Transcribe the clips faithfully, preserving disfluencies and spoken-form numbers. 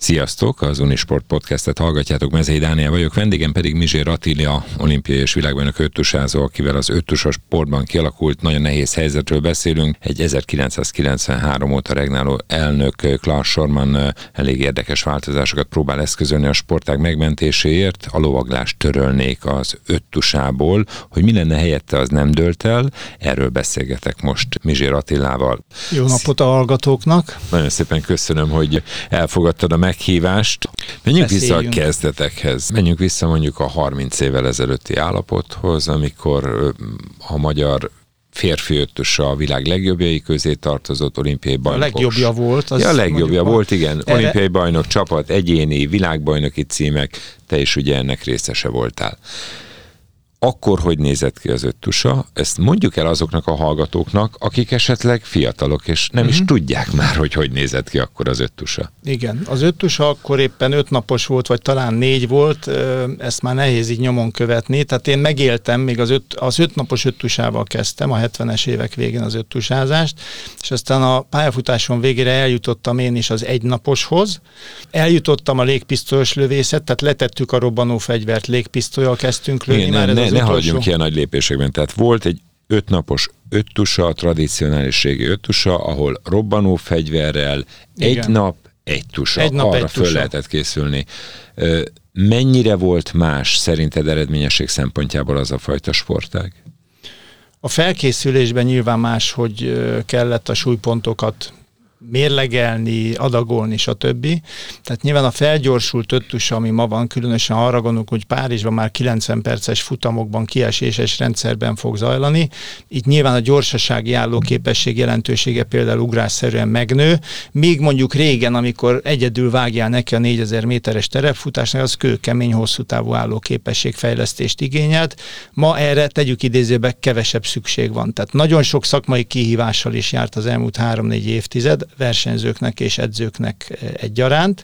Sziasztok! Az Unisport Podcastet hallgatjátok, Mezei Dániel vagyok, vendégem pedig Mizsér Attila, olimpiai és világbajnok öttusázó, akivel az öttusa sportban kialakult nagyon nehéz helyzetről beszélünk. Egy ezerkilencszázkilencvenhárom óta regnáló elnök Klaus Schormann elég érdekes változásokat próbál eszközölni a sportág megmentéséért. A lovaglást törölnék az öttusából, hogy mi lenne helyette, az nem dőlt el. Erről beszélgetek most Mizsér Attilával. Jó napot a hallgatóknak! Nagyon szépen köszönöm, hogy elfogadtad a meghívást. Menjünk vissza a kezdetekhez. Menjünk vissza mondjuk a harminc évvel ezelőtti állapothoz, amikor a magyar férfi öttusa a világ legjobbjai közé tartozott, olimpiai bajnok. A legjobbja volt. Az ja, a legjobbja volt, igen. Erre... Olimpiai bajnok csapat, egyéni, világbajnoki címek, te is ugye ennek részese voltál. Akkor hogy nézett ki az öttusa? Ezt mondjuk el azoknak a hallgatóknak, akik esetleg fiatalok, és nem uh-huh. is tudják már, hogy hogy nézett ki akkor az öttusa. Igen, az öttusa akkor éppen öt napos volt, vagy talán négy volt, ezt már nehéz így nyomon követni, tehát én megéltem, még az öt, az öt napos öttusával kezdtem, a hetvenes évek végén az öttusázást, és aztán a pályafutáson végére eljutottam én is az egynaposhoz. Eljutottam a légpisztolyos lövészet, tehát letettük a robbanófegyvert, légpisztollyal kezdtünk lőni. Igen, már ne, ez ne, az ne utolsó... haladjunk ilyen nagy lépésekben. Tehát volt egy ötnapos öttusa, tradicionális régi öttusa, ahol robbanófegyverrel egy Igen. nap, egy tusa, egy nap, arra egy föl tusa. lehetett készülni. Mennyire volt más szerinted eredményesség szempontjából az a fajta sportág? A felkészülésben nyilván más, hogy kellett a súlypontokat mérlegelni, adagolni, stb. Tehát nyilván a felgyorsult öttusa, ami ma van, különösen arra gondolunk, hogy Párizsban már kilencven perces futamokban, kieséses rendszerben fog zajlani. Itt nyilván a gyorsasági állóképesség jelentősége például ugrásszerűen megnő, míg mondjuk régen, amikor egyedül vágjál neki a négyezer méteres terepfutásnak, az kőkemény, hosszú távú állóképességfejlesztést igényelt. Ma erre, tegyük idézőbe, kevesebb szükség van. Tehát nagyon sok szakmai kihívással is járt az elmúlt három-négy évtized, versenyzőknek és edzőknek egyaránt.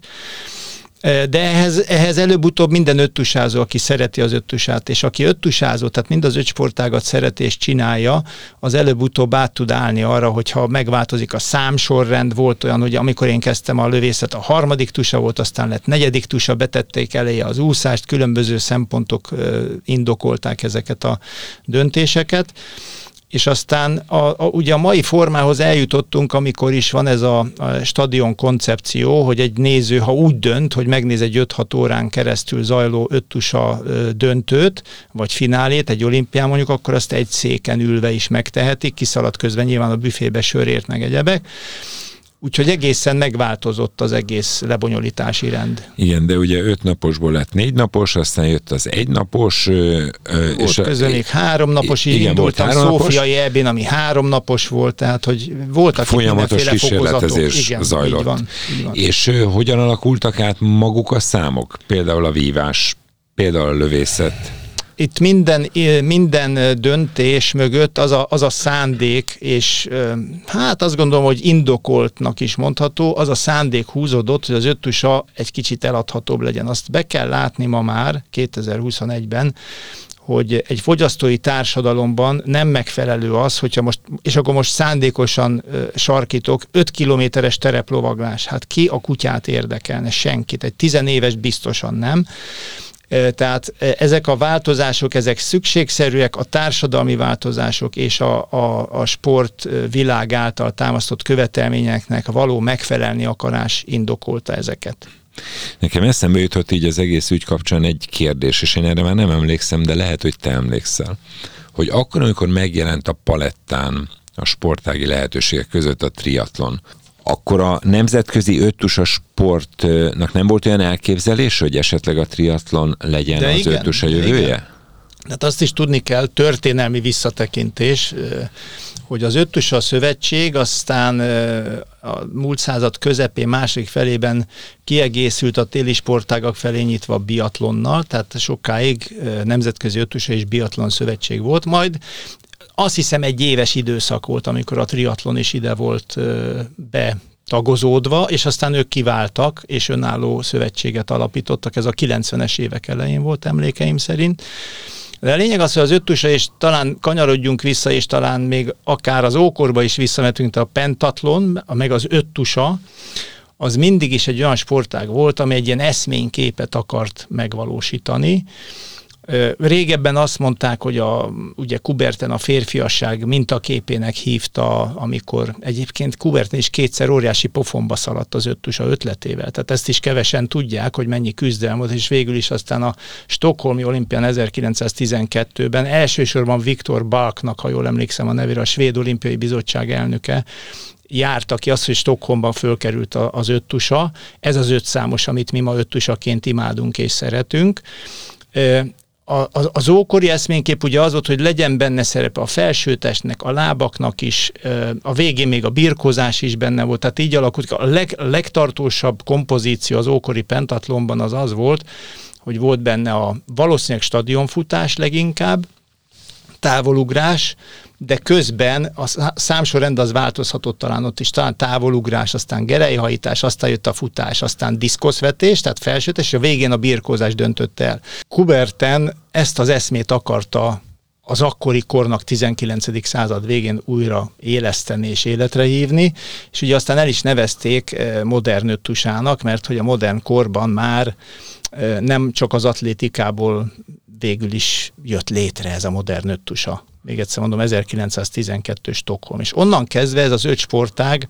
De ehhez, ehhez előbb-utóbb minden öttusázó, aki szereti az öttusát, és aki öttusázó, tehát mind az öt sportágat szereti és csinálja, az előbb-utóbb át tud állni arra, hogyha megváltozik a számsorrend. Volt olyan, hogy amikor én kezdtem a lövészet, a harmadik tusa volt, aztán lett negyedik tusa, betették eléje az úszást, különböző szempontok indokolták ezeket a döntéseket. És aztán a, a, ugye a mai formához eljutottunk, amikor is van ez a, a stadion koncepció, hogy egy néző, ha úgy dönt, hogy megnéz egy öt-hat órán keresztül zajló öttusa döntőt, vagy finálét, egy olimpián mondjuk, akkor azt egy széken ülve is megtehetik, kiszaladt közben nyilván a büfébe sörért meg egyebek. Úgyhogy egészen megváltozott az egész lebonyolítási rend. Igen, de ugye öt naposból lett négy napos, aztán jött az egy napos. Volt és közben még három napos, így indultam Szófiai Ebén, ami három napos volt, tehát hogy voltak folyamatos kísérletezés igen, zajlott. Így van, így van. És hogyan alakultak át maguk a számok? Például a vívás, például a lövészet. Itt minden, minden döntés mögött az a, az a szándék, és hát azt gondolom, hogy indokoltnak is mondható, az a szándék húzódott, hogy az öttusa egy kicsit eladhatóbb legyen. Azt be kell látni ma már, kétezer-huszonegyben, hogy egy fogyasztói társadalomban nem megfelelő az, hogyha most, és akkor most szándékosan uh, sarkítok, öt kilométeres tereplovaglás. Hát ki a kutyát érdekelne? Senkit. Egy tizenéves biztosan nem. Tehát ezek a változások, ezek szükségszerűek, a társadalmi változások és a, a, a sport világ által támasztott követelményeknek való megfelelni akarás indokolta ezeket. Nekem eszembe jutott így az egész ügy kapcsán egy kérdés, és én erre már nem emlékszem, de lehet, hogy te emlékszel, hogy akkor, amikor megjelent a palettán a sportági lehetőségek között a triatlon, akkor a nemzetközi öttusa sportnak nem volt olyan elképzelés, hogy esetleg a triatlon legyen de az igen, öttusa jövője? Hát azt is tudni kell, történelmi visszatekintés, hogy az öttusa szövetség aztán a múlt század közepén, második felében kiegészült a téli sportágak felé nyitva biatlonnal, tehát sokáig nemzetközi öttusa és biatlon szövetség volt, majd azt hiszem egy éves időszak volt, amikor a triatlon is ide volt betagozódva, és aztán ők kiváltak, és önálló szövetséget alapítottak. Ez a kilencvenes évek elején volt emlékeim szerint. De a lényeg az, hogy az öttusa, és talán kanyarodjunk vissza, és talán még akár az ókorba is visszametünk, a pentatlon, meg az öttusa, az mindig is egy olyan sportág volt, ami egy ilyen eszményképet akart megvalósítani. Régebben azt mondták, hogy a, ugye Coubertin a férfiasság mintaképének hívta, amikor egyébként Coubertin is kétszer óriási pofonba szaladt az öttusa ötletével. Tehát ezt is kevesen tudják, hogy mennyi küzdelem volt, és végül is aztán a Stockholmi olimpián ezerkilencszáztizenkettőben elsősorban Viktor Balknak, ha jól emlékszem a nevére, a Svéd Olimpiai Bizottság elnöke, járta ki azt, hogy Stockholmban fölkerült az öttusa. Ez az öt számos, amit mi ma öttusaként imádunk és szeretünk. A, az ókori eszménykép ugye az volt, hogy legyen benne szerepe a felsőtestnek, a lábaknak is, a végén még a birkózás is benne volt, tehát így alakult. A leg, legtartósabb kompozíció az ókori pentatlonban az az volt, hogy volt benne a valószínűleg stadionfutás leginkább, távolugrás, de közben a számsorrend az változhatott talán ott is, talán távolugrás, aztán gerelyhajítás, aztán jött a futás, aztán diszkoszvetés, tehát felsőtest, és a végén a birkózás döntött el. Coubertin ezt az eszmét akarta az akkori kornak tizenkilencedik század végén újra éleszteni és életre hívni, és ugye aztán el is nevezték modern öttusának, mert hogy a modern korban már nem csak az atlétikából végül is jött létre ez a modern öttusa. Még egyszer mondom, ezerkilencszáztizenkettő Stockholm. És onnan kezdve ez az öt sportág,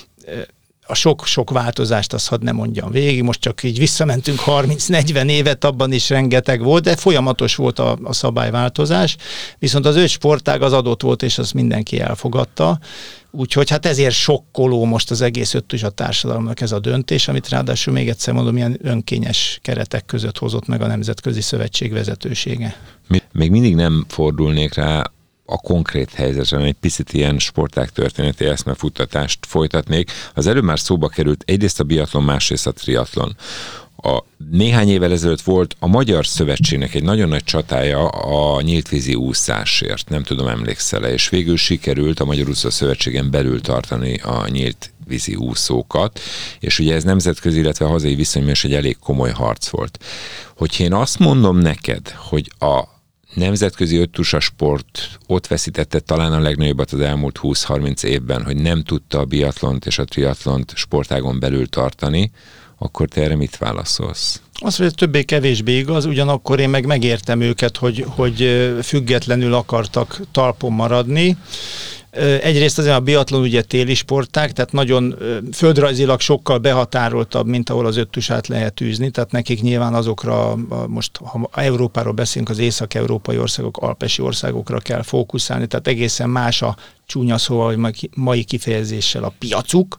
a sok-sok változást azt hadd ne mondjam végig, most csak így visszamentünk harminc-negyven évet, abban is rengeteg volt, de folyamatos volt a, a szabályváltozás, viszont az öt sportág az adott volt, és azt mindenki elfogadta. Úgyhogy hát ezért sokkoló most az egész öttusa társadalomnak ez a döntés, amit ráadásul még egyszer mondom, ilyen önkényes keretek között hozott meg a Nemzetközi Szövetség vezetősége. Még mindig nem fordulnék rá a konkrét helyzetre, egy picit ilyen sportág történeti eszmefuttatást folytatnék. Az előbb már szóba került egyrészt a biatlon, másrészt a triatlon. A néhány évvel ezelőtt volt a Magyar Szövetségnek egy nagyon nagy csatája a nyíltvízi úszásért, nem tudom, emlékszel-e, és végül sikerült a Magyar Úszó Szövetségen belül tartani a nyílt vízi úszókat, és ugye ez nemzetközi, illetve hazai viszonyban is egy elég komoly harc volt. Hogyha én azt mondom neked, hogy a nemzetközi öttusa sport ott veszítette talán a legnagyobbat az elmúlt húsz-harminc évben, hogy nem tudta a biatlont és a triatlont sportágon belül tartani, akkor te erre mit válaszolsz? Az, hogy ez többé-kevésbé igaz, ugyanakkor én meg megértem őket, hogy, hogy függetlenül akartak talpon maradni. Egyrészt azért a biatlon ugye téli sportág, tehát nagyon földrajzilag sokkal behatároltabb, mint ahol az öttusát lehet űzni, tehát nekik nyilván azokra, most ha Európáról beszélünk, az észak-európai országok, alpesi országokra kell fókuszálni, tehát egészen más a csúnya szóval, hogy mai kifejezéssel a piacuk.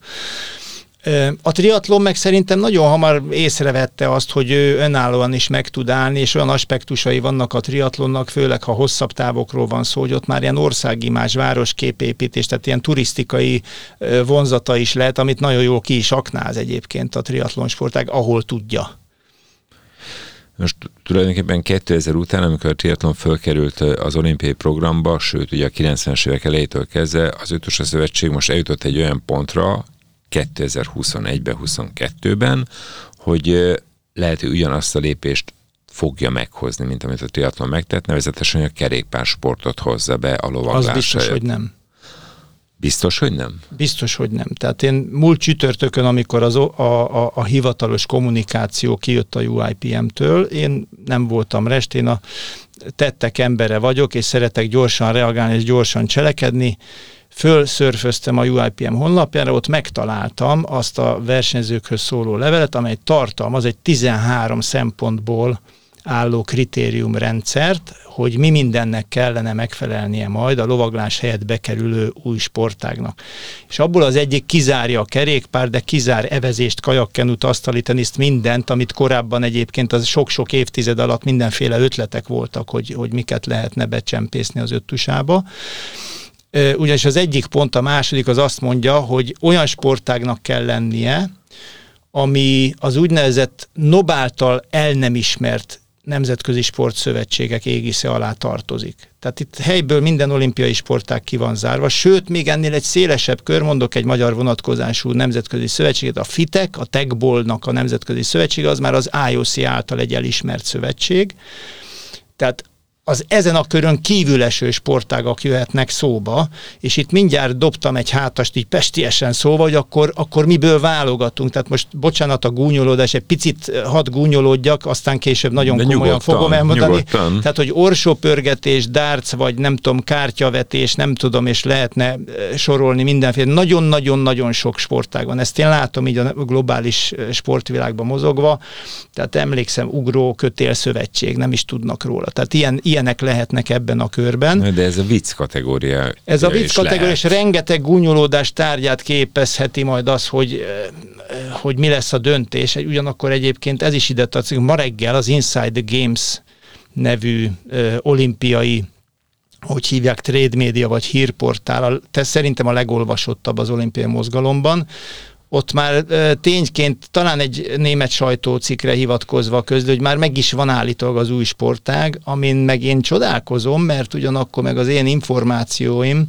A triatlon meg szerintem nagyon hamar észrevette azt, hogy ő önállóan is meg tud állni, és olyan aspektusai vannak a triatlonnak, főleg ha hosszabb távokról van szó, hogy ott már ilyen országimázs, városképépítés, tehát ilyen turisztikai vonzata is lehet, amit nagyon jól ki is aknáz egyébként a triatlon sportág, ahol tudja. Most tulajdonképpen kétezer után, amikor a triatlon fölkerült az olimpiai programba, sőt ugye a kilencvenes évek elejétől kezdve, az Öttusa Szövetség most eljutott egy olyan pontra, kétezer-huszonegyben, huszonkettőben, hogy lehet, hogy ugyanazt a lépést fogja meghozni, mint amit a triatlon megtett, nevezetesen, hogy a kerékpársportot hozza be a lovaglás. Az biztos, hogy nem. Biztos, hogy nem? Biztos, hogy nem. Tehát én múlt csütörtökön, amikor az, a, a, a hivatalos kommunikáció kijött a U I P M-től, én nem voltam rest, én a tettek embere vagyok, és szeretek gyorsan reagálni és gyorsan cselekedni. Fölszörföztem a U I P M honlapjára, ott megtaláltam azt a versenyzőkhöz szóló levelet, amely tartalmaz egy tizenhárom szempontból álló kritériumrendszert, hogy mi mindennek kellene megfelelnie majd a lovaglás helyett bekerülő új sportágnak. És abból az egyik kizárja a kerékpár, de kizár evezést, kajakkenut, asztali teniszt, mindent, amit korábban egyébként az sok-sok évtized alatt mindenféle ötletek voltak, hogy, hogy miket lehetne becsempészni az öttusába. Ugyanis az egyik pont, a második az azt mondja, hogy olyan sportágnak kell lennie, ami az úgynevezett NOB által el nem ismert nemzetközi sportszövetségek égisze alá tartozik. Tehát itt helyből minden olimpiai sportág ki van zárva, sőt, még ennél egy szélesebb kör, mondok egy magyar vonatkozású nemzetközi szövetséget, a FITEC, a TECBOL-nak a nemzetközi szövetsége, az már az I O C által egy elismert szövetség. Tehát az ezen a körön kívül eső sportágak jöhetnek szóba, és itt mindjárt dobtam egy hátast így pestiesen szóval, hogy akkor, akkor miből válogatunk. Tehát most bocsánat a gúnyolódás, egy picit hadd gúnyolódjak, aztán később nagyon de komolyan nyugodtan, fogom elmondani. Nyugodtan. Tehát, hogy orsópörgetés, darts, vagy nem tudom, kártyavetés, nem tudom, és lehetne sorolni mindenféle. Nagyon-nagyon-nagyon sok sportág van. Ezt én látom így a globális sportvilágban mozogva. Tehát emlékszem, ugró kötélszövetség, nem is tudnak róla. Tehát ilyen ilyenek lehetnek ebben a körben. De ez a vicc kategória. Ez a vicc kategória, és rengeteg gúnyolódás tárgyát képezheti majd az, hogy, hogy mi lesz a döntés. Ugyanakkor egyébként ez is ide tartozik. Ma reggel az Inside the Games nevű ö, olimpiai, hogy hívják, trade media vagy hírportál, te szerintem a legolvasottabb az olimpiai mozgalomban. Ott már e, tényként talán egy német sajtócikkre hivatkozva közül, hogy már meg is van állítólag az új sportág, amin meg én csodálkozom, mert ugyanakkor meg az én információim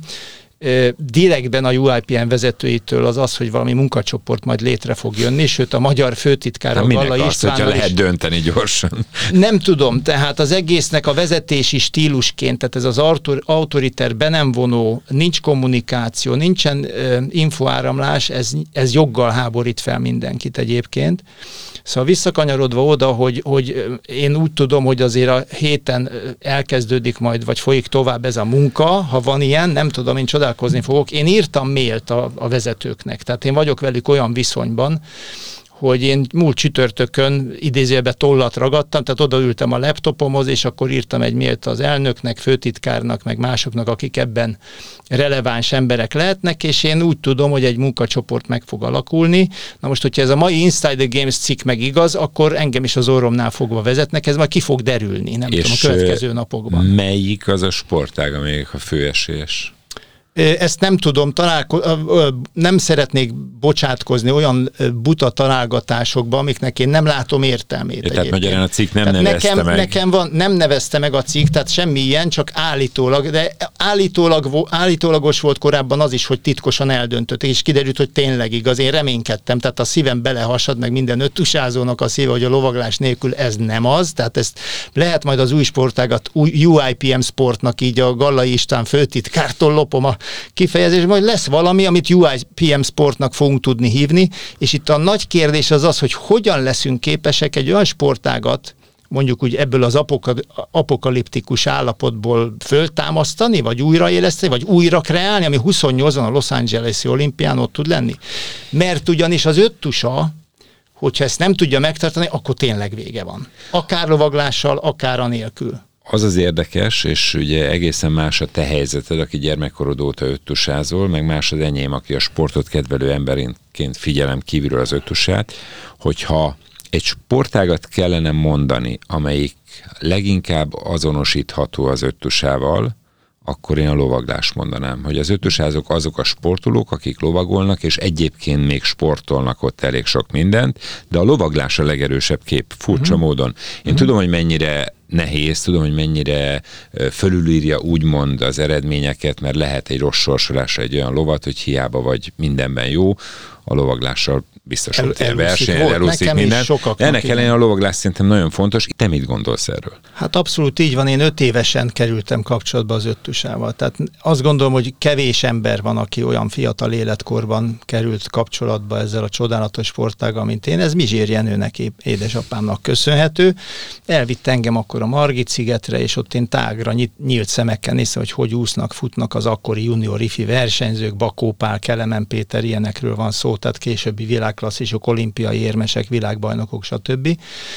e, direktben a u i pé en vezetőitől az az, hogy valami munkacsoport majd létre fog jönni, sőt a magyar főtitkár a Gallai Istvánnal is... lehet dönteni gyorsan. Nem tudom, tehát az egésznek a vezetési stílusként, tehát ez az autor, autoriter, be nem vonó, nincs kommunikáció, nincsen uh, infoáramlás, ez, ez joggal háborít fel mindenkit egyébként. Szóval visszakanyarodva oda, hogy, hogy én úgy tudom, hogy azért a héten elkezdődik majd, vagy folyik tovább ez a munka, ha van ilyen, nem tudom, én csodálkozni fogok. Én írtam mailt a, a vezetőknek, tehát én vagyok velük olyan viszonyban, hogy én múlt csütörtökön idézőjelbe tollat ragadtam, tehát odaültem a laptopomhoz, és akkor írtam egy mailt az elnöknek, főtitkárnak, meg másoknak, akik ebben releváns emberek lehetnek, és én úgy tudom, hogy egy munkacsoport meg fog alakulni. Na most, hogyha ez a mai Inside the Games cikk meg igaz, akkor engem is az orromnál fogva vezetnek, ez majd ki fog derülni, nem és tudom, a következő napokban. Melyik az a sportág, amelyik a főesélyes? Ezt nem tudom, találko- nem szeretnék bocsátkozni olyan buta találgatásokba, amiknek én nem látom értelmét. É, tehát magyarán a cikk nem tehát nevezte nekem, meg. Nekem van, nem nevezte meg a cikk, tehát semmi ilyen, csak állítólag, de állítólag, állítólagos volt korábban az is, hogy titkosan eldöntötték, és kiderült, hogy tényleg igaz. Én reménykedtem, tehát a szívem belehasad, meg minden öttusázónak a szíve, hogy a lovaglás nélkül ez nem az, tehát ezt lehet majd az új sportágat, új u i pé em sportnak így a Gallai István főtitkártól lopom a kifejezés, majd lesz valami, amit u i pé em sportnak fogunk tudni hívni, és itt a nagy kérdés az az, hogy hogyan leszünk képesek egy olyan sportágat, mondjuk úgy ebből az apoka- apokaliptikus állapotból föltámasztani, vagy újraéleszteni, vagy újra kreálni, ami huszonnyolcban a Los Angeles-i olimpián ott tud lenni. Mert ugyanis az öttusa, hogyha ezt nem tudja megtartani, akkor tényleg vége van. Akár lovaglással, akár anélkül. Az az érdekes, és ugye egészen más a te helyzeted, aki gyermekkorod óta öttusázol, meg más az enyém, aki a sportot kedvelő emberként figyelem kívülről az öttusát, hogyha egy sportágat kellene mondani, amelyik leginkább azonosítható az öttusával, akkor én a lovaglást mondanám, hogy az öttusázók azok a sportolók, akik lovagolnak, és egyébként még sportolnak ott elég sok mindent, de a lovaglás a legerősebb kép, furcsa mm-hmm. módon. Én mm-hmm. tudom, hogy mennyire nehéz, tudom, hogy mennyire fölülírja úgymond az eredményeket, mert lehet egy rossz sorsolásra egy olyan lovat, hogy hiába vagy mindenben jó, a lovaglással biztos, hogy El, verseny, elúszik minden. Ennek ellenére a lovaglás szerintem nagyon fontos. Te mit gondolsz erről? Hát abszolút így van. Én öt évesen kerültem kapcsolatba az öttusával. Tehát azt gondolom, hogy kevés ember van, aki olyan fiatal életkorban került kapcsolatba ezzel a csodálatos sportággal, mint én. Ez Mizsér Jenőnek, édesapámnak köszönhető. Elvitt engem akkor a Margit-szigetre, és ott én tágra nyílt szemekkel néztem, hogy hogy úsznak, futnak az akkori junior ifi versenyzők, Bakó Pál, Kelemen Péter, ilyenekről van szó, tehát későbbi világklasszisok, olimpiai érmesek, világbajnokok, stb.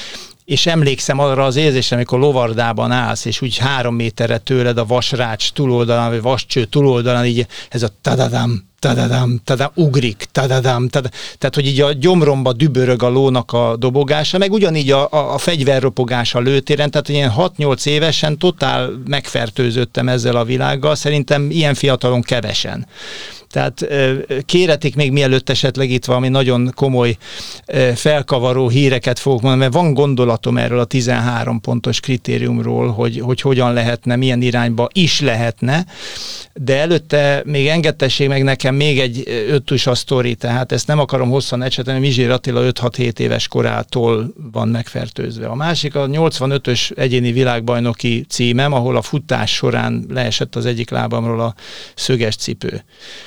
És emlékszem arra az érzésre, amikor lovardában állsz, és úgy három méterre tőled a vasrács túloldalán, vagy vascső túloldalán, így ez a tadadam, tadadam, tadadam, ugrik, tadadam, tadadam, tehát hogy így a gyomromba dübörög a lónak a dobogása, meg ugyanígy a, a, a fegyverropogása lőtéren, tehát ilyen hat-nyolc évesen totál megfertőzöttem ezzel a világgal, szerintem ilyen fiatalon kevesen. Tehát kéretik még mielőtt esetleg itt valami nagyon komoly felkavaró híreket fogok mondani, mert van gondolatom erről a tizenhárom pontos kritériumról, hogy, hogy hogyan lehetne, milyen irányba is lehetne, de előtte még engedtessék meg nekem még egy öttusa sztori, tehát ezt nem akarom hosszan ecsetelni, Mizsér Attila öt-hat-hét éves korától van megfertőzve. A másik a nyolcvanötös egyéni világbajnoki címem, ahol a futás során leesett az egyik lábamról a szöges cipő.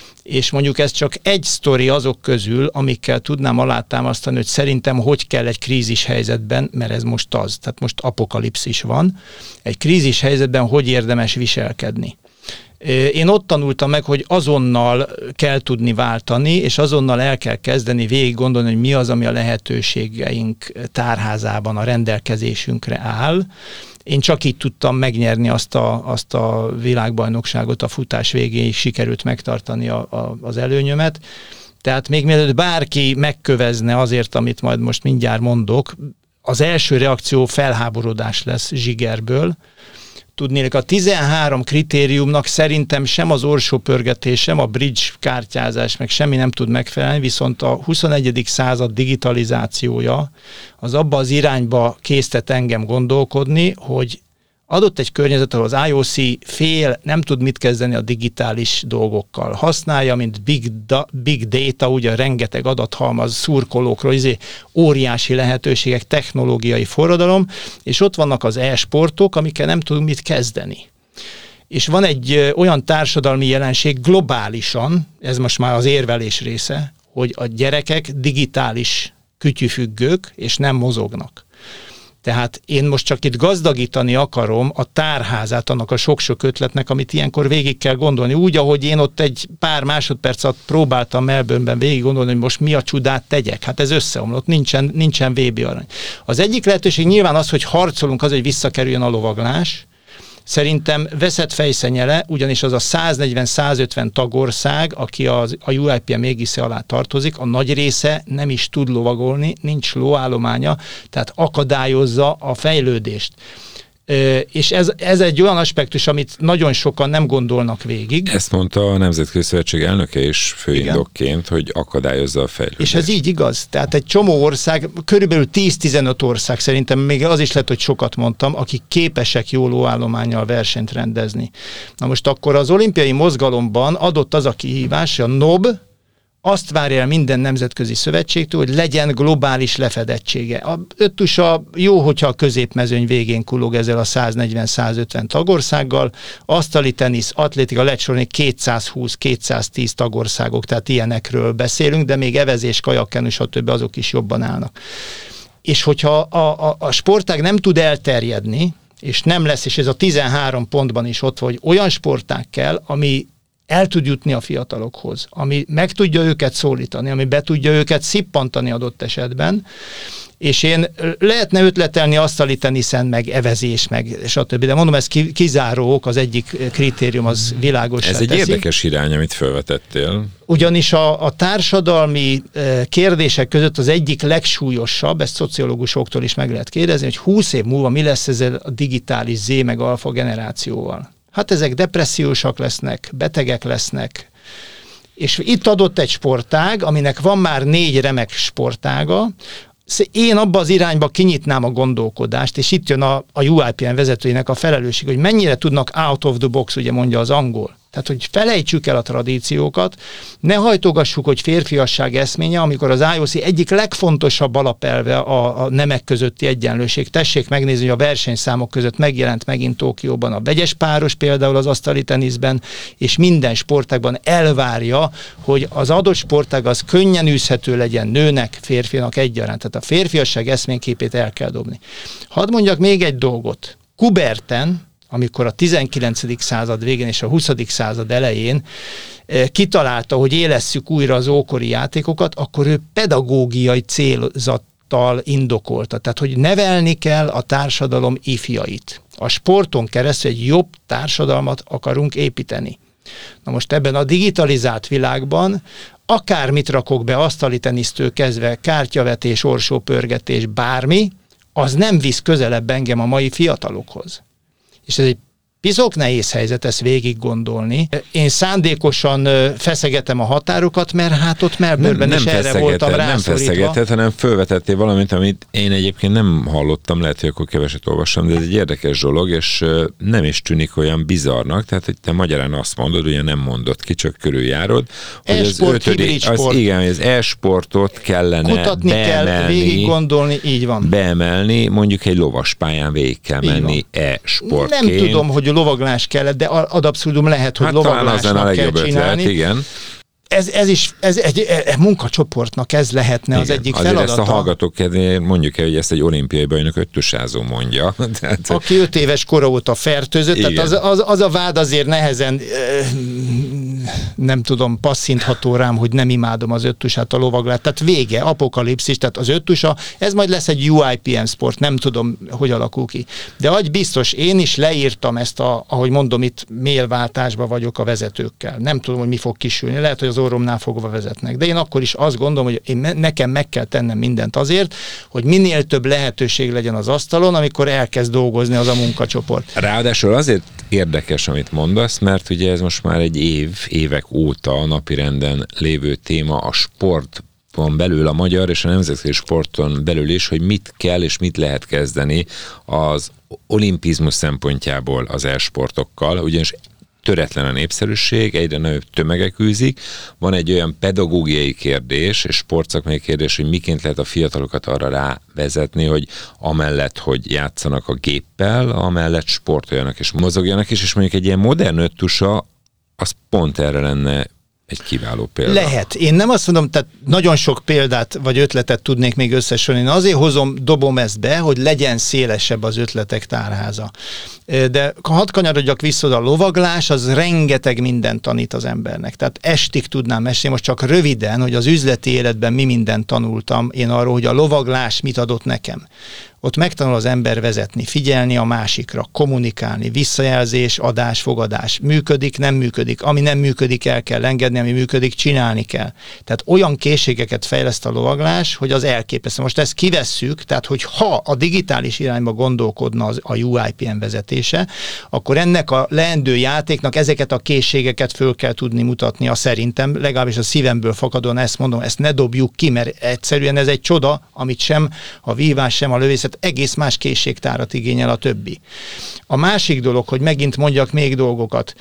És mondjuk ez csak egy sztori azok közül, amikkel tudnám alátámasztani, hogy szerintem hogy kell egy krízis helyzetben, mert ez most az, tehát most apokalipszis van, egy krízis helyzetben hogy érdemes viselkedni. Én ott tanultam meg, hogy azonnal kell tudni váltani, és azonnal el kell kezdeni végig gondolni, hogy mi az, ami a lehetőségeink tárházában a rendelkezésünkre áll. Én csak így tudtam megnyerni azt a, azt a világbajnokságot, a futás végéig sikerült megtartani a, a, az előnyömet. Tehát még mielőtt bárki megkövezne azért, amit majd most mindjárt mondok, az első reakció felháborodás lesz zsigerből. Tudnék, a tizenhárom kritériumnak szerintem sem az orsópörgetés, sem a bridge kártyázás, meg semmi nem tud megfelelni, viszont a huszonegyedik század digitalizációja az abba az irányba késztet engem gondolkodni, hogy adott egy környezet, ahol az I O C fél nem tud mit kezdeni a digitális dolgokkal. Használja, mint big, da, big data, ugye rengeteg adathalmaz, szurkolókról, izé, óriási lehetőségek, technológiai forradalom, és ott vannak az e-sportok, amikkel nem tudunk mit kezdeni. És van egy olyan társadalmi jelenség globálisan, ez most már az érvelés része, hogy a gyerekek digitális kütyüfüggők, és nem mozognak. Tehát én most csak itt gazdagítani akarom a tárházát annak a sok-sok ötletnek, amit ilyenkor végig kell gondolni. Úgy, ahogy én ott egy pár másodperc alatt próbáltam Melbourneben végig gondolni, hogy most mi a csodát tegyek. Hát ez összeomlott, nincsen, nincsen vé bé arany. Az egyik lehetőség nyilván az, hogy harcolunk az, hogy visszakerüljön a lovaglás. Szerintem veszett fejszennyele, ugyanis az a száznegyven-százötven tagország, aki az, a u i pé en égisze alá tartozik, a nagy része nem is tud lovagolni, nincs lóállománya, tehát akadályozza a fejlődést. És ez, ez egy olyan aspektus, amit nagyon sokan nem gondolnak végig. Ezt mondta a Nemzetközi Szövetség elnöke is főindokként, hogy akadályozza a fejlődést. És ez így igaz. Tehát egy csomó ország, körülbelül tíz-tizenöt ország, szerintem még az is lehet, hogy sokat mondtam, akik képesek jó lóállománnyal versenyt rendezni. Na most akkor az olimpiai mozgalomban adott az a kihívás, a en o bé azt várja el minden nemzetközi szövetségtől, hogy legyen globális lefedettsége. A öttusa jó, hogyha a középmezőny végén kullog ezzel a száznegyven-százötven tagországgal, asztali tenisz, atlétika, lehet sorolni kétszázhúsz-kétszáztíz tagországok, tehát ilyenekről beszélünk, de még evezés, kajakkenu, stb. Azok is jobban állnak. És hogyha a, a, a sportág nem tud elterjedni, és nem lesz, és ez a tizenhárom pontban is ott van, hogy olyan sportág kell, ami el tud jutni a fiatalokhoz, ami meg tudja őket szólítani, ami be tudja őket szippantani adott esetben, és én lehetne ötletelni asztali teniszen, meg evezés, meg stb. De mondom, ez kizáró ok, az egyik kritérium az világos. Ez egy teszi. Érdekes irány, amit felvetettél. Ugyanis a, a társadalmi kérdések között az egyik legsúlyosabb, ezt szociológusoktól is meg lehet kérdezni, hogy húsz év múlva mi lesz ezzel a digitális Z meg alfa generációval. Hát ezek depressziósak lesznek, betegek lesznek, és itt adott egy sportág, aminek van már négy remek sportága, én abba az irányba kinyitnám a gondolkodást, és itt jön a, a u i pé en vezetőinek a felelősség, hogy mennyire tudnak out of the box, ugye mondja az angol. Tehát, hogy felejtsük el a tradíciókat, ne hajtogassuk, hogy férfiasság eszménye, amikor az I O C egyik legfontosabb alapelve a, a nemek közötti egyenlőség. Tessék megnézni, hogy a versenyszámok között megjelent megint Tokióban a vegyes páros, például az asztali teniszben, és minden sportágban elvárja, hogy az adott sportág az könnyen űzhető legyen nőnek, férfinak egyaránt. Tehát a férfiasság eszményképét el kell dobni. Hadd mondjak még egy dolgot. Coubertin, amikor a tizenkilencedik század végén és a huszadik század elején kitalálta, hogy élesszük újra az ókori játékokat, akkor ő pedagógiai célzattal indokolta. Tehát, hogy nevelni kell a társadalom ifjait. A sporton keresztül egy jobb társadalmat akarunk építeni. Na most ebben a digitalizált világban akármit rakok be, asztali tenisztől kezdve, kártyavetés, orsópörgetés, bármi, az nem visz közelebb engem a mai fiatalokhoz. És ez egy Piszok nehéz helyzet ezt végig gondolni. Én szándékosan feszegetem a határokat, mert hát ott Melbourne-ben is erre voltam rászorítva. Nem feszegetett, hanem fölvetettél valamit, amit én egyébként nem hallottam, lehet, hogy akkor keveset olvastam, de ez egy érdekes dolog, és nem is tűnik olyan bizarnak, tehát hogy te magyarán azt mondod, ugye nem mondod ki, csak körüljárod, hogy e-sport, az ötödik, az igen, az e-sportot kellene kutatni beemelni, kell, végig gondolni, így van. Beemelni, mondjuk egy lovaspályán végig kell menni e-sportként. Nem tudom, hogy a lovaglás kellett, de ad abszurdum lehet, hogy hát lovaglásnak kell csinálni. Ötlet, igen. Ez, ez is, ez egy e, munkacsoportnak ez lehetne igen, az egyik azért feladata. Ezt a hallgatók kedvéért mondjuk el, hogy ezt egy olimpiai bajnok öttusázó mondja. Tehát... Aki öt éves kora óta fertőzött, igen. Tehát az, az, az a vád azért nehezen nem tudom, passzintható rám, hogy nem imádom az öttusát, a lovaglát. Tehát vége, apokalipszis, tehát az öttusa, ez majd lesz egy u i pé em sport, nem tudom, hogy alakul ki. De agy biztos, én is leírtam ezt, a, ahogy mondom, itt mailváltásban vagyok a vezetőkkel. Nem tudom, hogy mi fog kisülni. Lehet, hogy az orromnál fogva vezetnek. De én akkor is azt gondolom, hogy én, nekem meg kell tennem mindent azért, hogy minél több lehetőség legyen az asztalon, amikor elkezd dolgozni az a munkacsoport. Ráadásul azért érdekes, amit mondasz, mert ugye ez most már egy év, évek óta a napirenden lévő téma a sporton belül, a magyar és a nemzetközi sporton belül is, hogy mit kell és mit lehet kezdeni az olimpizmus szempontjából az e-sportokkal, ugyanis töretlen a népszerűség, egyre nagyobb tömegek űzik. Van egy olyan pedagógiai kérdés, és sportszakmai kérdés, hogy miként lehet a fiatalokat arra rávezetni, hogy amellett, hogy játszanak a géppel, amellett sportoljanak és mozogjanak is, és mondjuk egy ilyen modern öttusa, az pont erre lenne egy kiváló példa. Lehet. Én nem azt mondom, tehát nagyon sok példát vagy ötletet tudnék még összesorolni. Azért hozom, dobom ezt be, hogy legyen szélesebb az ötletek tárháza. De hadd kanyarodjak vissza, a lovaglás az rengeteg mindent tanít az embernek. Tehát estig tudnám mesélni, most csak röviden, hogy az üzleti életben mi mindent tanultam én arról, hogy a lovaglás mit adott nekem. Ott megtanul az ember vezetni, figyelni a másikra, kommunikálni, visszajelzés, adás, fogadás. Működik, nem működik. Ami nem működik, el kell engedni, ami működik, csinálni kell. Tehát olyan készségeket fejleszt a lovaglás, hogy az elképesztő. Most ezt kivesszük, tehát hogy ha a digitális irányba gondolkodna az, a u i pé em vezetése, akkor ennek a leendő játéknak ezeket a készségeket föl kell tudni mutatni, a szerintem, legalábbis a szívemből fakadóan ezt mondom, ezt ne dobjuk ki, mert egyszerűen ez egy csoda, amit sem a vívás, sem a lövészet egész más készségtárat igényel a többi. A másik dolog, hogy megint mondjak még dolgokat,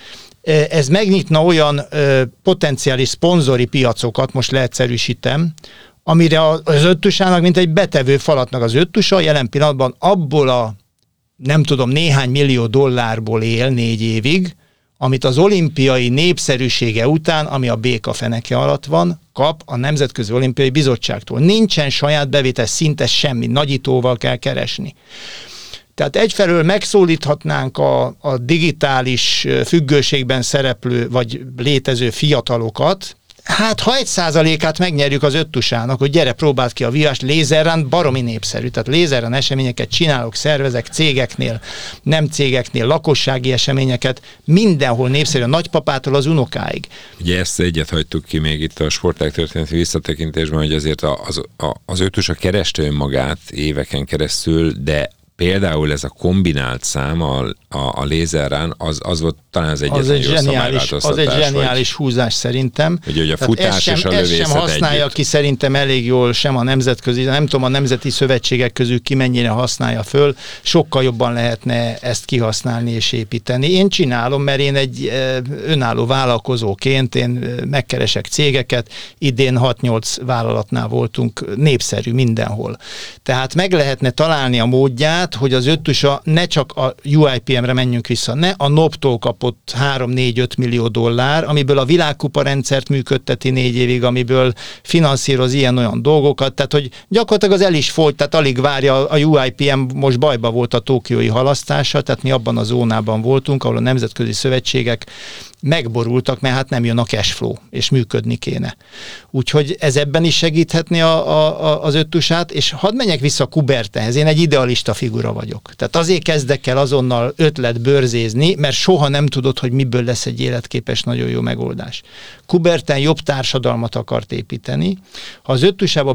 ez megnyitna olyan ö, potenciális szponzori piacokat, most leegyszerűsítem, amire az öttusának, mint egy betevő falatnak az öttusa jelen pillanatban abból a nem tudom, néhány millió dollárból él négy évig, amit az olimpiai népszerűsége után, ami a béka feneke alatt van, kap a Nemzetközi Olimpiai Bizottságtól. Nincsen saját bevétel, szinte semmi, nagyítóval kell keresni. Tehát egyfelől megszólíthatnánk a, a digitális függőségben szereplő vagy létező fiatalokat, hát ha egy százalékát megnyerjük az öttusának, hogy gyere, próbáld ki a vívást, lézerrán baromi népszerű. Tehát lézerrán eseményeket csinálok, szervezek cégeknél, nem cégeknél, lakossági eseményeket, mindenhol népszerű, a nagypapától az unokáig. Ugye ezt egyet hagytuk ki még itt a sportág történeti visszatekintésben, hogy azért az, az, az öttusa kereste önmagát éveken keresztül, de például ez a kombinált szám a, a, a lézerrán, az, az volt talán az egyetlen az egy jó zseniális, Az egy zseniális vagy, húzás szerintem. Ugye, hogy a futás sem, és a lövészet sem használja együtt. Ki szerintem elég jól sem a nemzetközi, nem tudom a nemzeti szövetségek közül ki mennyire használja föl, sokkal jobban lehetne ezt kihasználni és építeni. Én csinálom, mert én egy önálló vállalkozóként, én megkeresek cégeket, idén hat-nyolc vállalatnál voltunk, népszerű mindenhol. Tehát meg lehetne találni a módját, hogy az öttusa ne csak a u i pé em-re menjünk vissza, ne a en o pé-tól kapott három-négy-öt millió dollár, amiből a világkupa rendszert működteti négy évig, amiből finanszíroz ilyen-olyan dolgokat, tehát hogy gyakorlatilag az el is folyt, tehát alig várja a u i pé em, most bajba volt a tokiói halasztása, tehát mi abban a zónában voltunk, ahol a nemzetközi szövetségek megborultak, mert hát nem jön a cash flow, és működni kéne. Úgyhogy ez ebben is segíthetné a, a, az öttusát, és hadd menjek vissza Coubertinhez, én egy idealista figura vagyok. Tehát azért kezdek el azonnal ötlet bőrzézni, mert soha nem tudod, hogy miből lesz egy életképes, nagyon jó megoldás. Coubertin jobb társadalmat akart építeni. Ha az öttusába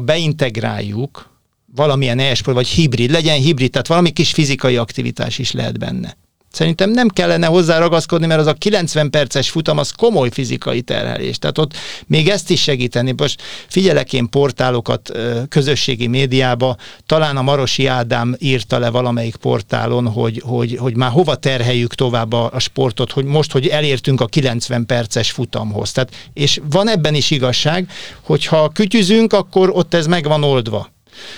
beintegráljuk valamilyen e-sport, vagy hibrid, legyen hibrid, tehát valami kis fizikai aktivitás is lehet benne. Szerintem nem kellene hozzá ragaszkodni, mert az a kilencven perces futam, az komoly fizikai terhelés. Tehát ott még ezt is segíteni. Most figyelek én portálokat közösségi médiába, talán a Marosi Ádám írta le valamelyik portálon, hogy, hogy, hogy már hova terheljük tovább a, a sportot, hogy most, hogy elértünk a kilencven perces futamhoz. Tehát, és van ebben is igazság, hogyha kütyüzünk, akkor ott ez meg van oldva.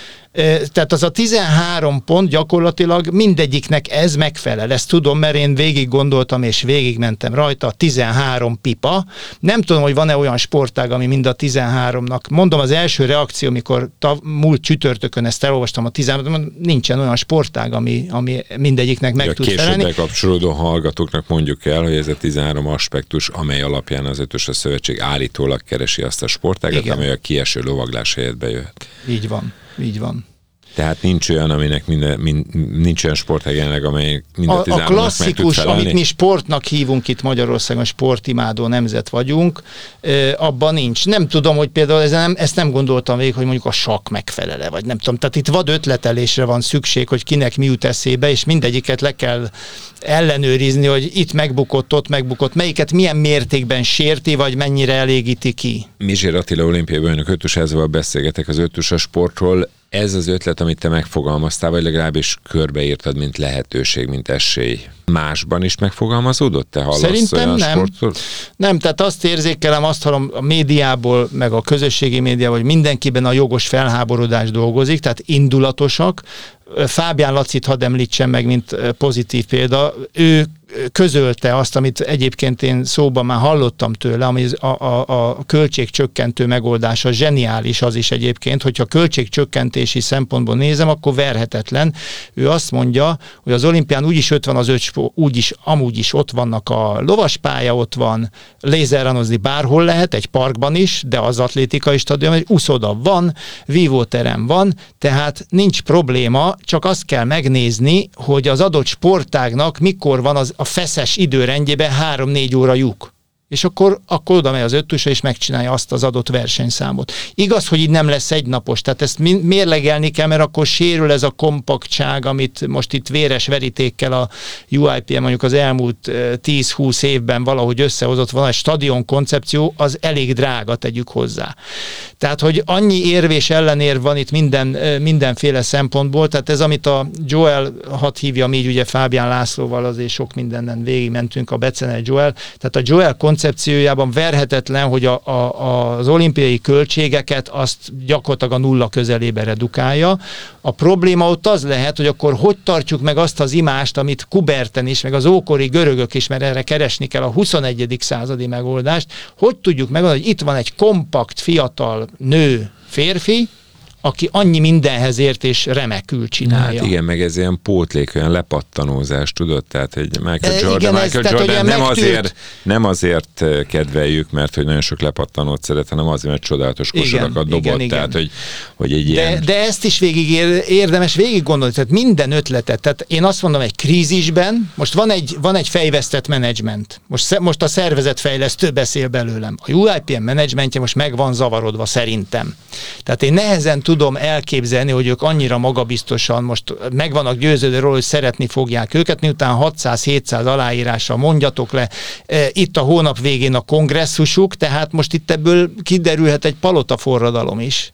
Tehát az a tizenhárom pont gyakorlatilag mindegyiknek ez megfelel. Ezt tudom, mert én végig gondoltam és végigmentem rajta, a tizenhárom pipa. Nem tudom, hogy van-e olyan sportág, ami mind a tizenháromnak. Mondom, az első reakció, amikor tav, múlt csütörtökön ezt elolvastam a tizenhárom, nincsen olyan sportág, ami, ami mindegyiknek meg ja, tud felelni. Később bekapcsolódó hallgatóknak mondjuk el, hogy ez a tizenhárom aspektus, amely alapján az Ötös Szövetség állítólag keresi azt a sportágat, igen, amely a kieső lovaglás helyett bejöhet. Így van. Így van. nincs olyan, aminek minden, mind, nincs olyan sportág jelenleg, amely mind a A, a klasszikus, amit mi sportnak hívunk itt Magyarországon, sportimádó nemzet vagyunk, abban nincs. Nem tudom, hogy például ez nem, ezt nem gondoltam végig, hogy mondjuk a sakk megfelele, vagy nem tudom. Tehát itt vad ötletelésre van szükség, hogy kinek mi jut eszébe, és mindegyiket le kell ellenőrizni, hogy itt megbukott, ott megbukott, melyiket milyen mértékben sérti, vagy mennyire elégíti ki. Mizsér Attila olimpiai bajnok ötösázóval beszélgetek az ötös sportról. Ez az ötlet, amit te megfogalmaztál, vagy legalábbis körbeírtad, mint lehetőség, mint esély. Másban is megfogalmazódott? Te hallasz Szerintem olyan nem. sportról? Nem, tehát azt érzékelem, azt hallom a médiából, meg a közösségi médiából, hogy mindenkiben a jogos felháborodás dolgozik, tehát indulatosak. Fábián Lacit hadd említsem meg, mint pozitív példa. Ő közölte azt, amit egyébként én szóban már hallottam tőle, ami a, a, a költségcsökkentő megoldása zseniális az is egyébként, hogyha költségcsökkentési szempontból nézem, akkor verhetetlen. Ő azt mondja, hogy az olimpián úgyis ott van az öt, úgyis, amúgy is ott vannak a lovaspálya, ott van lézerranozni bárhol lehet, egy parkban is, de az atlétikai stadion, egy úszoda van, vívóterem van, tehát nincs probléma, csak azt kell megnézni, hogy az adott sportágnak mikor van az a feszes időrendjében három-négy óra lyuk. És akkor, akkor oda megy az öttusa, és megcsinálja azt az adott versenyszámot. Igaz, hogy így nem lesz egynapos, tehát ezt mérlegelni kell, mert akkor sérül ez a kompaktság, amit most itt véres verítékkel a u i pé en mondjuk az elmúlt tíz-húsz évben valahogy összehozott van, a stadion koncepció, az elég drága, tegyük hozzá. Tehát, hogy annyi érvés ellenérv van itt minden, mindenféle szempontból, tehát ez, amit a Joel, hadd hívjam így, ugye Fábián Lászlóval azért sok mindenen végigmentünk, a Becenel Joel, tehát a Joel koncepciójában verhetetlen, hogy a, a, az olimpiai költségeket azt gyakorlatilag a nulla közelébe redukálja. A probléma ott az lehet, hogy akkor hogy tartjuk meg azt az imást, amit Kuberten is, meg az ókori görögök is, mert erre keresni kell a huszonegyedik századi megoldást, hogy tudjuk megoldani, hogy itt van egy kompakt, fiatal nő, férfi, aki annyi mindenhez ért és remekül csinálja. Hát igen, meg ez ilyen pótlék, olyan lepattanózás, tudod? Tehát egy Michael e, Jordan, igen, Michael ez, Jordan tehát, nem, megtűrt... azért, nem azért kedveljük, mert hogy nagyon sok lepattanót szeret, hanem azért, mert csodálatos kosarakat dobott. Igen, tehát, igen. Hogy, hogy egy de, ilyen... de ezt is végig ér, érdemes végig gondolni, tehát minden ötletet. Tehát én azt mondom, egy krízisben, most van egy, van egy fejvesztett menedzsment. Most, most a szervezetfejlesztő beszél belőlem. A u i pé en menedzsmentje most meg van zavarodva szerintem. Tehát én nehezen tudom elképzelni, hogy ők annyira magabiztosan most meg vannak győződve róla, hogy szeretni fogják őket, miután hatszáz-hétszáz aláírással mondjatok le. Itt a hónap végén a kongresszusuk, tehát most itt ebből kiderülhet egy palotaforradalom is.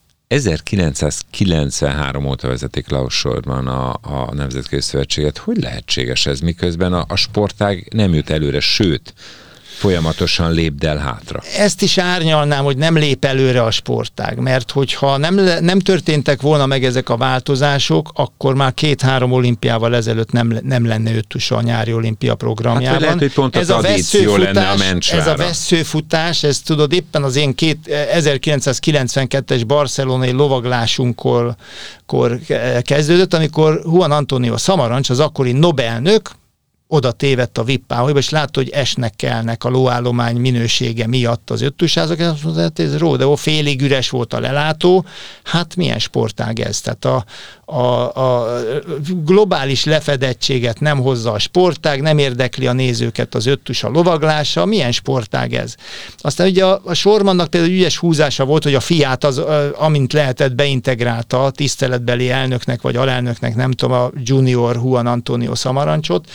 ezerkilencszázkilencvenhárom óta vezetik Klaus Schortmann a, a Nemzetközi Szövetséget. Hogy lehetséges ez, miközben a, a sportág nem jut előre, sőt, folyamatosan lépdel hátra? Ezt is árnyalnám, hogy nem lép előre a sportág, mert hogyha nem, nem történtek volna meg ezek a változások, akkor már két-három olimpiával ezelőtt nem, nem lenne öttusa a nyári olimpia programjában. Hát lehet, hogy pont ez a tradíció lenne a mencsvára. Ez a vesszőfutás, ez tudod éppen az én két, ezerkilencszázkilencvenkettes barcelonai lovaglásunkkor kor kezdődött, amikor Juan Antonio Samarancs, az akkori Nobelnök, oda tévedt a vippáholyba, és látta, hogy esnek kelnek a lóállomány minősége miatt az öttusázok, és azt mondta, hogy ez Rodeo, félig üres volt a lelátó, hát milyen sportág ez? Tehát a, a, a globális lefedettséget nem hozza a sportág, nem érdekli a nézőket az öttus a lovaglása, milyen sportág ez? Aztán ugye a, a Schormannnak például ügyes húzása volt, hogy a fiát, az, amint lehetett, beintegrálta a tiszteletbeli elnöknek, vagy alelnöknek, nem tudom, a junior Juan Antonio Samarancsot.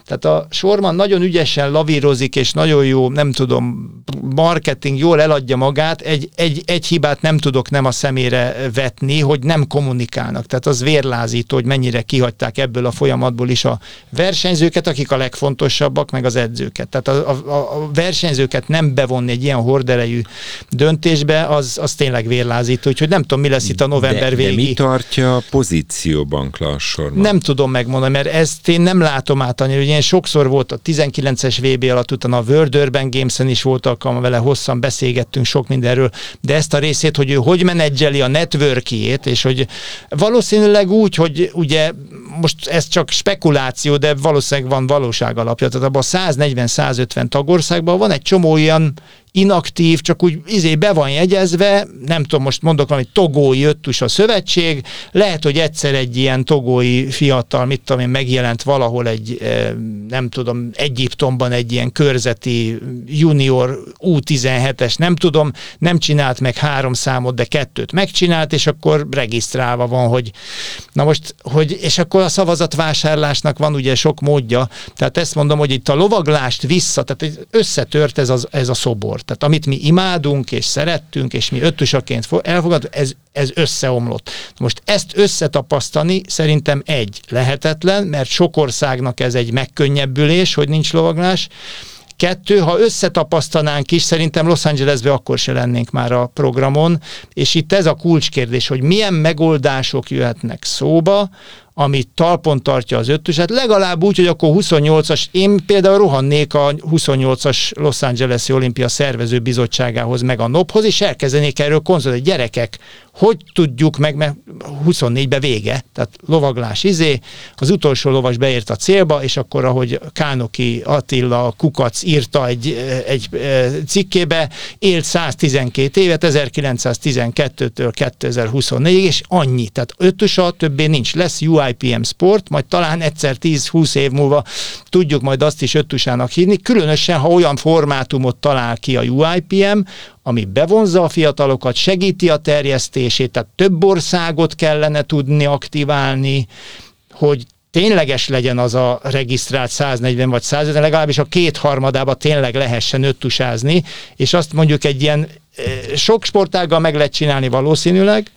Tehát a Sorman nagyon ügyesen lavírozik, és nagyon jó, nem tudom, marketing jól eladja magát, egy, egy, egy hibát nem tudok nem a szemére vetni, hogy nem kommunikálnak. Tehát az vérlázító, hogy mennyire kihagyták ebből a folyamatból is a versenyzőket, akik a legfontosabbak, meg az edzőket. Tehát a, a, a versenyzőket nem bevonni egy ilyen horderejű döntésbe, az, az tényleg vérlázító, úgyhogy nem tudom, mi lesz itt a november de, végig. De mi tartja pozícióban Klaus Sorman? Nem tudom megmondani, mert ezt én nem látom át annyira. Ugye én sokszor volt a tizenkilences vé bé alatt, utána a World Urban Games-en is volt alkalma vele, hosszan beszélgettünk sok mindenről, de ezt a részét, hogy ő hogy menedzseli a networkjét, és hogy valószínűleg úgy, hogy ugye most ez csak spekuláció, de valószínűleg van valóság alapja. Tehát abban a száznegyven-százötven tagországban van egy csomó olyan inaktív, csak úgy izé be van jegyezve, nem tudom, most mondok valami togói öttus a szövetség, lehet, hogy egyszer egy ilyen togói fiatal, mit tudom én, megjelent valahol egy, nem tudom, Egyiptomban egy ilyen körzeti junior U tizenhetes, nem tudom, nem csinált meg három számot, de kettőt megcsinált, és akkor regisztrálva van, hogy na most, hogy, és akkor a szavazatvásárlásnak van ugye sok módja, tehát ezt mondom, hogy itt a lovaglást vissza, tehát összetört ez, az, ez a szobor. Tehát amit mi imádunk, és szerettünk, és mi öttusaként elfogadunk, ez, ez összeomlott. Most ezt összetapasztani szerintem egy, lehetetlen, mert sok országnak ez egy megkönnyebbülés, hogy nincs lovaglás. Kettő, ha összetapasztanánk is, szerintem Los Angelesbe akkor se lennénk már a programon, és itt ez a kulcskérdés, hogy milyen megoldások jöhetnek szóba, amit talpon tartja az öttuset, legalább úgy, hogy akkor huszonnyolcas, én például rohannék a huszonnyolcas Los Angeles-i Olimpia szervező bizottságához, meg a NOB-hoz, és elkezdenék erről konzolni, gyerekek, hogy tudjuk meg, mert huszonnégybe vége, tehát lovaglás izé, az utolsó lovas beért a célba, és akkor, ahogy Kánoki Attila Kukac írta egy, egy cikkébe, élt száztizenkét évet, ezerkilencszáztizenkettőtől kétezer-huszonnégyig, és annyi, tehát öttusa többé nincs, lesz u i pé em Sport, majd talán egyszer tíz-húsz év múlva tudjuk majd azt is öttusának hívni, különösen, ha olyan formátumot talál ki a u i pé em, ami bevonza a fiatalokat, segíti a terjesztését, tehát több országot kellene tudni aktiválni, hogy tényleges legyen az a regisztrált száznegyven vagy százötven, legalábbis a kétharmadába tényleg lehessen öttusázni, és azt mondjuk egy ilyen sok sportággal meg lehet csinálni valószínűleg,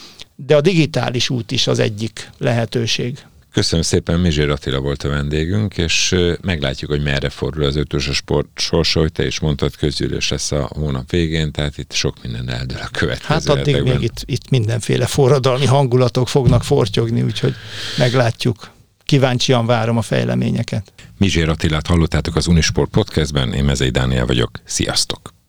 de a digitális út is az egyik lehetőség. Köszönöm szépen, Mizsér Attila volt a vendégünk, és meglátjuk, hogy merre fordul az ötös a sport sorsa, hogy te is mondtad, közgyűlés lesz a hónap végén, tehát itt sok minden eldől a következő Hát addig hetekben. még itt, itt mindenféle forradalmi hangulatok fognak fortyogni, úgyhogy meglátjuk. Kíváncsian várom a fejleményeket. Mizsér Attilát hallottátok az Unisport Podcastben, én Mezei Dániel vagyok. Sziasztok!